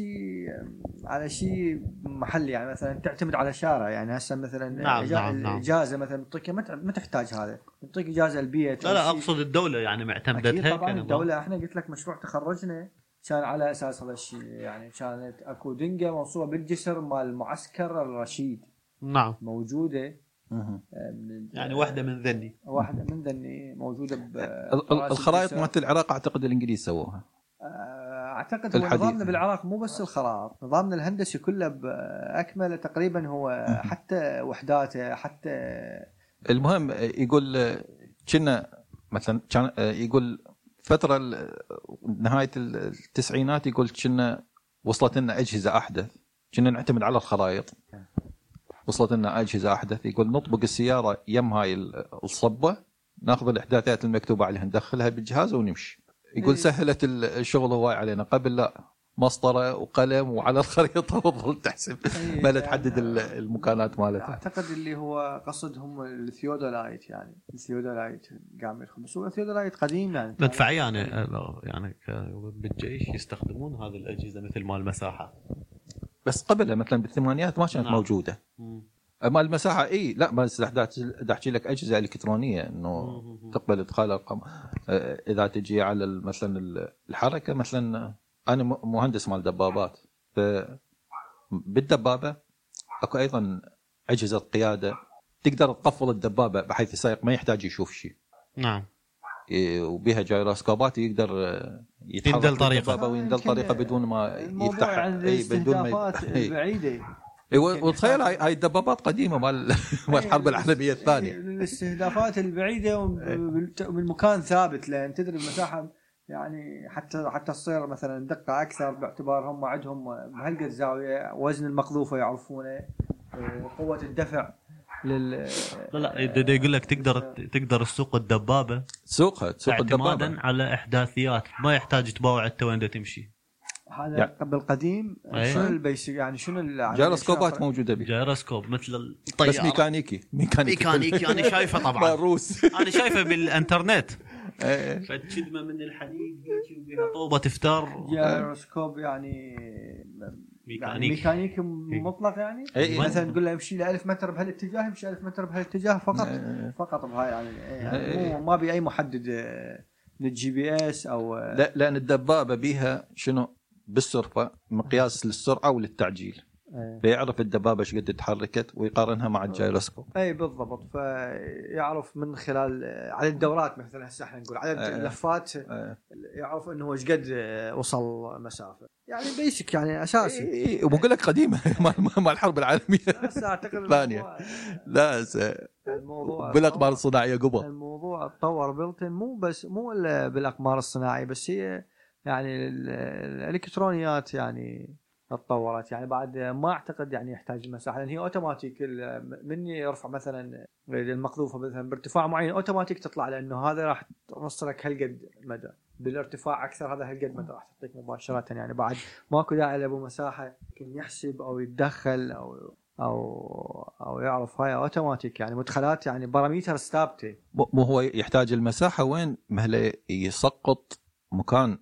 على شيء محلي، يعني مثلا تعتمد على شارع، يعني هسه مثلا نعم. اجازه مثلا تعطيك ما تحتاج هذا، تعطيك اجازه البيت. لا اقصد الدوله يعني معتمدتها. طبعا الدوله احنا قلت لك مشروع تخرجنا كان على اساس هذا الشيء، يعني كانت اكو دنقه منصوبه بالجسر مال معسكر الرشيد. نعم موجوده. يعني واحده من ذني موجوده الخرائط مالت العراق اعتقد الانجليز سووها. اعتقد هو نظامنا بالعراق مو بس الخرائط، نظامنا الهندسي كله باكمله تقريبا هو حتى وحداته حتى. المهم يقول كنا مثلا كان يقول فتره نهايه التسعينات يقول كنا وصلت لنا اجهزه احدث، كنا نعتمد على الخرائط، وصلت لنا اجهزه احدث. يقول نطبق السياره يم هاي الصبه، ناخذ الاحداثيات المكتوبه عليها ندخلها بالجهاز ونمشي. يقول سهلت الشغل هواي علينا. قبل لا، مسطره وقلم وعلى الخريطه وتظل تحسب ما لا تحدد المكانات مالتها. اعتقد اللي هو قصدهم الثيودولايت، يعني الثيودولايت قام يدخل، بس هو الثيودولايت قديم يعني مدفعيه يعني بالجيش يستخدمون هذه الاجهزه مثل مال المساحه، بس قبلها مثلا بالثمانينات ما كانت موجوده. اما المساحه لا، بس احكي لك اجهزه الكترونيه انه تقبل ادخال ارقام. اذا تجي على مثلا الحركه، مثلا انا مهندس مال دبابات، بالدبابه اكو ايضا اجهزه قياده تقدر تقفل الدبابه بحيث السائق ما يحتاج يشوف شيء. نعم. وبها جيروسكوبات يقدر يندل طريقه ويندل طريقه بدون ما يفتح بدون ما بعيده. وتخيل هاي الدبابات قديمه مال الحرب العالميه الثانيه. الاستهدافات البعيده وبالمكان ثابت، لان تدري المساحه يعني حتى تصير مثلا دقه اكثر، باعتبار هم عندهم بهالقد زاويه، وزن المقذوفه يعرفونه، قوه الدفع لا يقول لك تقدر تسوق الدبابه، سوقها اعتمادا على احداثيات، ما يحتاج تباوع انت وين تمشي. هذا قبل قديم. شنو البيسك يعني؟ شنو جيروسكوبات موجوده به، جيروسكوب مثل الطياره، بس ميكانيكي انا شايفه طبعا روس انا شايفه بالانترنت. فشدمه من الحديد يجي بها طوبه تفتر. جيروسكوب يعني ميكانيكي مطلق يعني. مثلا تقول له امشي ل 1000 متر بهالاتجاه، يمشي 1000 متر بهالاتجاه فقط بهاي يعني مو ما بي اي محدد للجي بي اس او لا، لان الدبابه بيها شنو بالسرعه، مقياس للسرعه وللتعجيل. فيعرف الدبابه ايش قد تحركت ويقارنها مع الجيروسكوب. اي بالضبط، فيعرف من خلال على الدورات مثلا، هسه احنا نقول على اللفات يعرف انه ايش قد وصل مسافه، يعني بيسك يعني اساسي. وبقول لك قديمه مع الحرب العالميه الثانيه. لا الموضوع بالاقمار الصناعيه قبل الموضوع تطور بلتن، مو بالاقمار الصناعيه بس، هي يعني الالكترونيات يعني تطورت. يعني بعد ما اعتقد يعني يحتاج المساحه، لان هي اوتوماتيك من يرفع مثلا المقذوفه مثلا بارتفاع معين اوتوماتيك تطلع، لانه هذا راح توصلك هالقد مدى، بالارتفاع اكثر هذا هالقد مدى راح تعطيك مباشره. يعني بعد ماكو داعي لابو مساحه يمكن يحسب او يتدخل او يعرف، هاي اوتوماتيك يعني مدخلات يعني باراميتر ثابته. مو هو يحتاج المساحه وين مهله يسقط مكان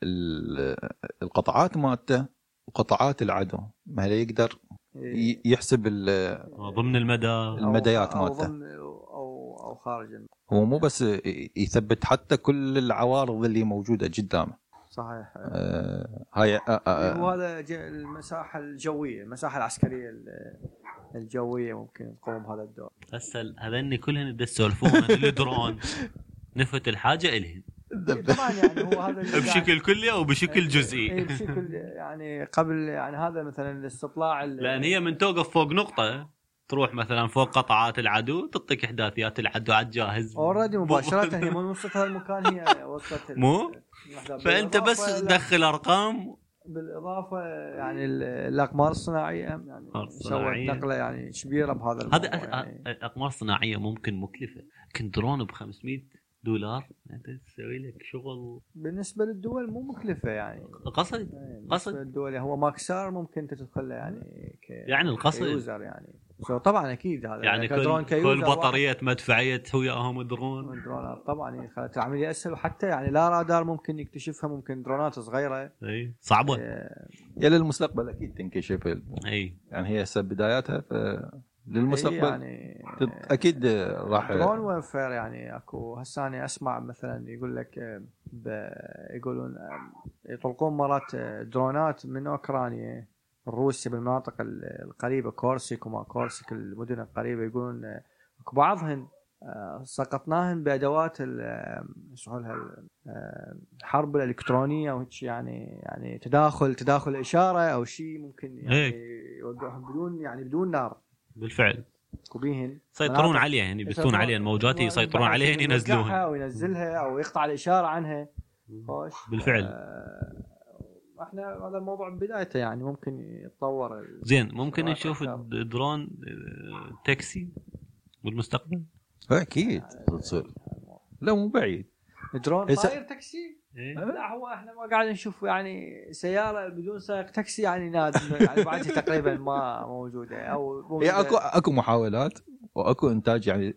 القطعات مالته وقطعات العدو، ما يقدر يحسب ضمن المديات مالته او خارج. هو مو بس يثبت حتى كل العوارض اللي موجوده قدامه. صحيح. هاي وهذا المساحه الجويه، المساحه العسكريه الجويه ممكن تقوم بهذا الدور. هسه هذني كلهن يسولفون الدرون نفت الحاجه الهن طبعا، يعني هو هذا بشكل كلي او بشكل جزئي. بشكل يعني قبل يعني هذا مثلا الاستطلاع، لان هي من توقف فوق نقطه تروح مثلا فوق قطعات العدو تعطيك احداثيات العدو على الجاهز اوريدي مباشره. هي من وصلت هذا المكان هي وصلت مو فانت بس تدخل ارقام. بالاضافه يعني الاقمار الصناعيه يعني سوت نقله يعني كبيره بهذا الموضوع. هذا الاقمار الصناعيه ممكن مكلفه، كنت درون $500 انت تسوي لك شغل. بالنسبه للدول مو مكلفه يعني، قصد الدول هو ماكسار ممكن تدخل يعني يعني القصد يوزر يعني. طبعا اكيد هذا يعني كل بطاريه مدفعيه وياهم درونات طبعا خلت العمليه اسهل. وحتى يعني لا رادار ممكن يكتشفها، ممكن درونات صغيره اي صعبه يا للمستقبل اكيد تنكشف. اي يعني هي هسه بداياتها للمستقبل يعني اكيد راح درون ويرفير. يعني اكو هسه انا اسمع مثلا يقول لك يقولون يطلقون مرات درونات من اوكرانيا روسيا بالمناطق القريبه، كورسيك وما كورسيك المدن القريبه، يقولون اكو بعضهن سقطناهن بادوات الحرب الالكترونيه وهيك، يعني تداخل اشاره او شيء ممكن يعني يوقعهم بدون نار. بالفعل كوبيهن يسيطرون عليها، يعني يبثون عليها الموجات، يسيطرون عليها ينزلوها او ينزلها او يقطع الاشاره عنها. خوش بالفعل. احنا هذا الموضوع بدايته يعني ممكن يتطور. زين ممكن نشوف الدرون تاكسي بالمستقبل. اكيد تصير، لا مو بعيد درون طاير تاكسي. إيه؟ لا هو احنا ما قاعد نشوف يعني سياره بدون سائق تاكسي يعني نادر يعني بعد تقريبا ما موجوده او هي موجودة. اكو محاولات واكو انتاج يعني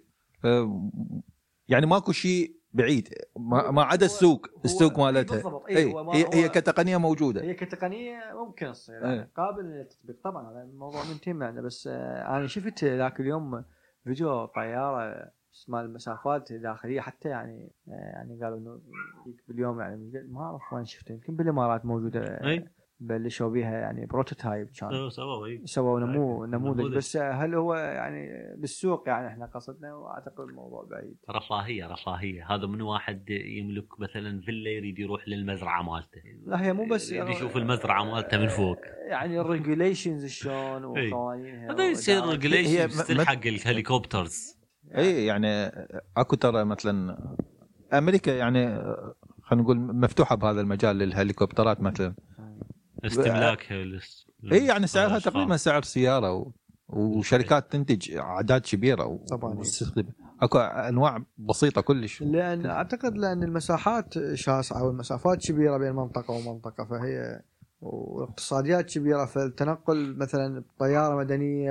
يعني ماكو شيء بعيد ما عدا السوق مالتها. هي كتقنيه موجوده، هي كتقنيه ممكن تصير يعني قابل للتطبيق طبعا. هذا الموضوع منتهي معنا. بس انا شفت ذاك اليوم فيديو طياره اسمها المسافات الداخليه حتى يعني قالوا انه باليوم يعني ما اعرف وين شفته، يمكن بالامارات موجوده. بلشوا بها يعني بروتوتايب كان سووا نموذج. بس هل هو يعني بالسوق يعني احنا قصدنا؟ واعتقد الموضوع بعيد. رفاهيه. هذا من واحد يملك مثلا فيلا يريد يروح للمزرعه مالته. لا هي مو بس يريد يشوف المزرعه مالته من فوق. يعني الريجوليشنز شلون وقوانينها هذا يصير ريجوليشنز حق الهليكوبترز. اي يعني اكو ترى مثلا امريكا يعني خلينا نقول مفتوحه بهذا المجال للهليكوبترات مثلا استملاكها. اي يعني سعرها تقريبا سعر سياره وشركات تنتج اعداد كبيره طبعا. اكو انواع بسيطه كلش. لان اعتقد لان المساحات شاسعه والمسافات كبيره بين منطقه ومنطقه، فهي واقتصاديات كبيره، فالتنقل مثلا طياره مدنيه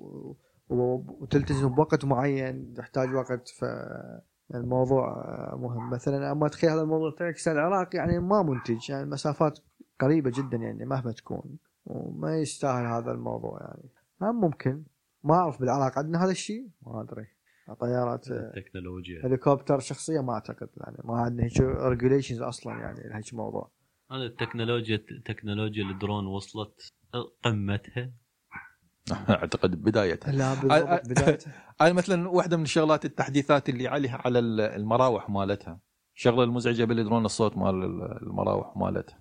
وتلتزم بوقت معين تحتاج وقت، فالموضوع مهم. مثلا اما تخيل هذا الموضوع تعكس العراق يعني ما منتج، يعني المسافات قريبه جدا يعني مهما تكون، وما يستاهل هذا الموضوع يعني. ممكن ما اعرف بالعراق عندنا هذا الشيء، ما ادري. طيارات تكنولوجيا هليكوبتر شخصيه ما اعتقد، يعني ما عندنا هيك ريجوليشنز اصلا يعني هيك موضوع. هذا التكنولوجيا الدرون وصلت قمتها اعتقد بدايتها. لا بالضبط بدايتها. هاي مثلا واحده من الشغلات التحديثات اللي عليها على المراوح مالتها، الشغله المزعجه بالدرون الصوت مال المراوح مالتها.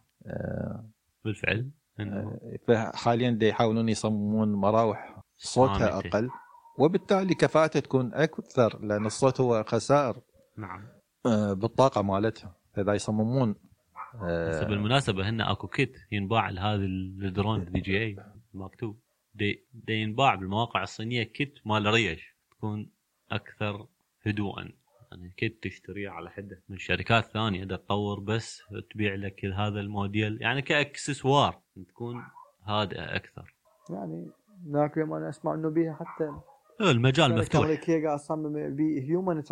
بالفعل فحاليا دا يحاولون يصممون مراوح صوتها اقل وبالتالي كفاءتها تكون اكثر، لان الصوت هو خسائر نعم بالطاقه مالتها، فاذا يصممون بالمناسبه هنا اكو كيت ينباع لهذا الدرون DJI مكتوب دي ينباع بالمواقع الصينيه، كيت مال ريش تكون اكثر هدوءا، يعني كيت تشتريه على حده من شركات ثانيه تطور بس تبيع لك هذا الموديل يعني كاكسسوار تكون هادئه اكثر. يعني ذاك يوم انا اسمع انه بيها حتى المجال مفتوح. امريكيه قاعد تصمم بهيومن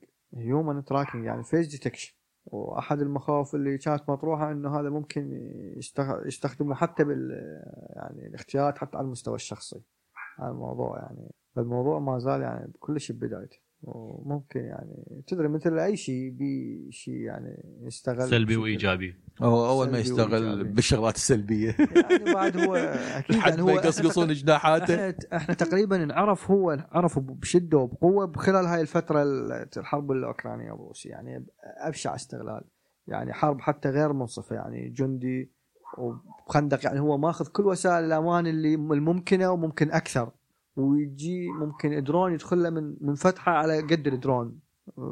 تراكنج يعني فيس ديتكشن، واحد المخاوف اللي كانت مطروحه انه هذا ممكن يستخدمه حتى يعني الاختيارات حتى على المستوى الشخصي. هذا الموضوع يعني الموضوع ما زال يعني كلش ببدايته، وممكن يعني تدري مثل اي شيء بشيء يعني يستغل سلبي وايجابي. اول ما يستغل بالشغلات السلبيه يعني بعد هو اكيد يعني هو يقصقصون جناحاته. احنا تقريبا عرفوا بشده وبقوه خلال هاي الفتره الحرب الاوكرانيه والروسيه، يعني ابشع استغلال، يعني حرب حتى غير منصفه، يعني جندي وخندق، يعني هو ماخذ كل وسائل الامان اللي الممكنه وممكن اكثر، ويجي ممكن درون يدخل له من فتحه على قد الدرون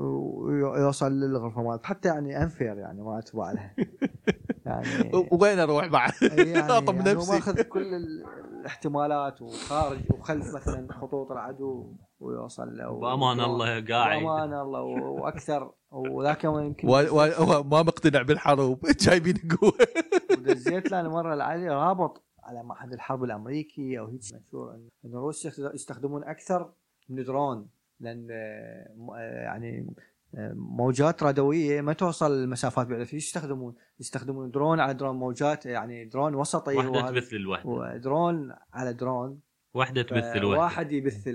ويوصل للغرفه مالته، حتى يعني انفير يعني ما اتبع لها يعني وين اروح بعد يعني اطم نفسي. ماخذ كل الاحتمالات وخارج وخلف مثلا خطوط العدو ويوصل له بامان الله قاعد بامان الله واكثر، وذاك يمكن هو ما مقتنع بالحرب جايبين قوه ودزيت له المره العاليه رابط على معهد الحرب الامريكي او هيك مشهور ان الروس يستخدمون اكثر من درون، لان يعني موجات راديويه ما توصل لمسافات بعيده، يستخدمون درون على درون، موجات يعني درون وسطي وحده تبث الوحده، ودرون على درون وحده تبث الوحده، واحد يبث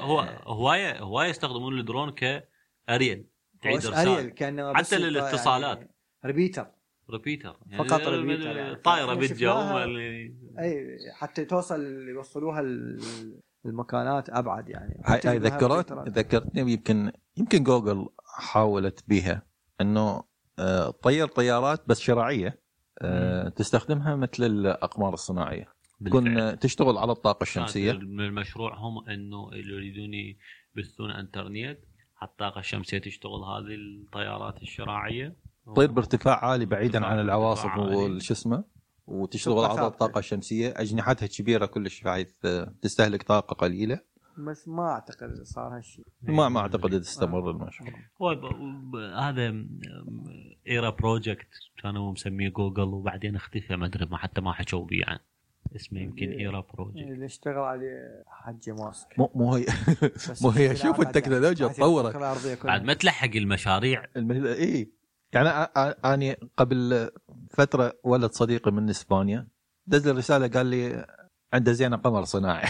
هو يستخدمون الدرون كاريل تعيد ارسال حتى للاتصالات يعني ريبيتر يعني فقط ريبيتر يعني طائره بالجو اي حتى توصل يوصلوها المكانات ابعد يعني. هاي ذكرتني يمكن جوجل حاولت بها انه طير طيارات بس شراعيه تستخدمها مثل الاقمار الصناعيه، تكون تشتغل على الطاقه الشمسيه. المشروع هم انه يريدون يبثون انترنت على الطاقه الشمسيه، تشتغل هذه الطيارات الشراعيه تطير بارتفاع عالي بعيدا عن العواصف والشسمه، وتشتغل على الطاقه الشمسيه، اجنحتها كبيره كلش بحيث تستهلك طاقه قليله، بس ما اعتقد صار هالشيء. ما اعتقد تستمر المشروع. هو هذا ايرا بروجكت كانوا مسميه جوجل وبعدين اختفى، ما ادري، ما حتى ما حكوا بيه عن اسمه، يمكن ايرا بروجكت اللي اشتغل عليه حج ماسك. مو هي مو هي. شوف التكنولوجيا تطورت بعد ما تلحق المشاريع. اي يعني انا قبل فتره ولد صديقي من اسبانيا دز لي رساله قال لي عنده زينه قمر صناعي.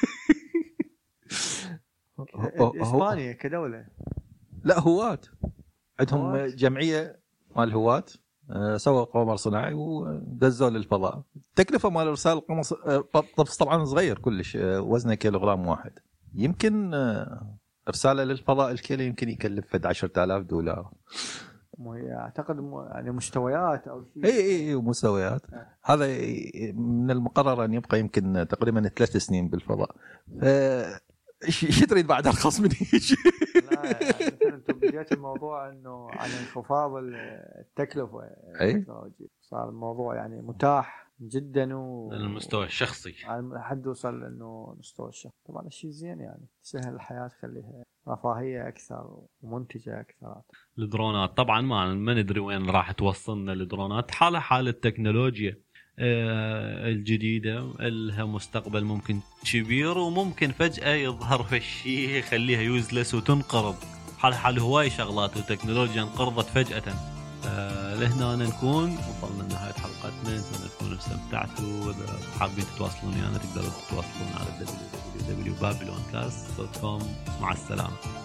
اسبانيا كدوله لا هواة عندهم جمعيه مال هواة سووا قمر صناعي ودزوا للفضاء. التكلفه مال ارسال القمر طبعا صغير كلش، وزنه كيلوغرام واحد. يمكن ارساله للفضاء الكيلو يمكن يكلف فد $10,000. اعتقد يعني مستويات او شيء. اي مستويات. هذا من المقرر ان يبقى يمكن تقريبا 3 سنين بالفضاء. ايش تريد بعد ارخص من هيك؟ لا يعني انتم بديت الموضوع انه عن انخفاض التكلفه. صار الموضوع يعني متاح جدا للمستوى الشخصي، حد وصل انه مستوى الشخصي. طبعا الشيء زين يعني تسهل الحياه، تخليها رفاهيه اكثر ومنتجه اكثر. الدرونات طبعا ما ندري وين راح توصلنا الدرونات. حال التكنولوجيا الجديدة لها مستقبل ممكن كبير، وممكن فجأة يظهر في الشيء يخليها يوزلس وتنقرض. حال هواي شغلات وتكنولوجيا انقرضت فجأة. لهنا نكون وصلنا لنهاية حلقتنا. نتمنى تكونوا استمتعتوا. إذا حابين تتواصلون يعني تقدروا تتواصلون على www.babyloncast.com. مع السلامة.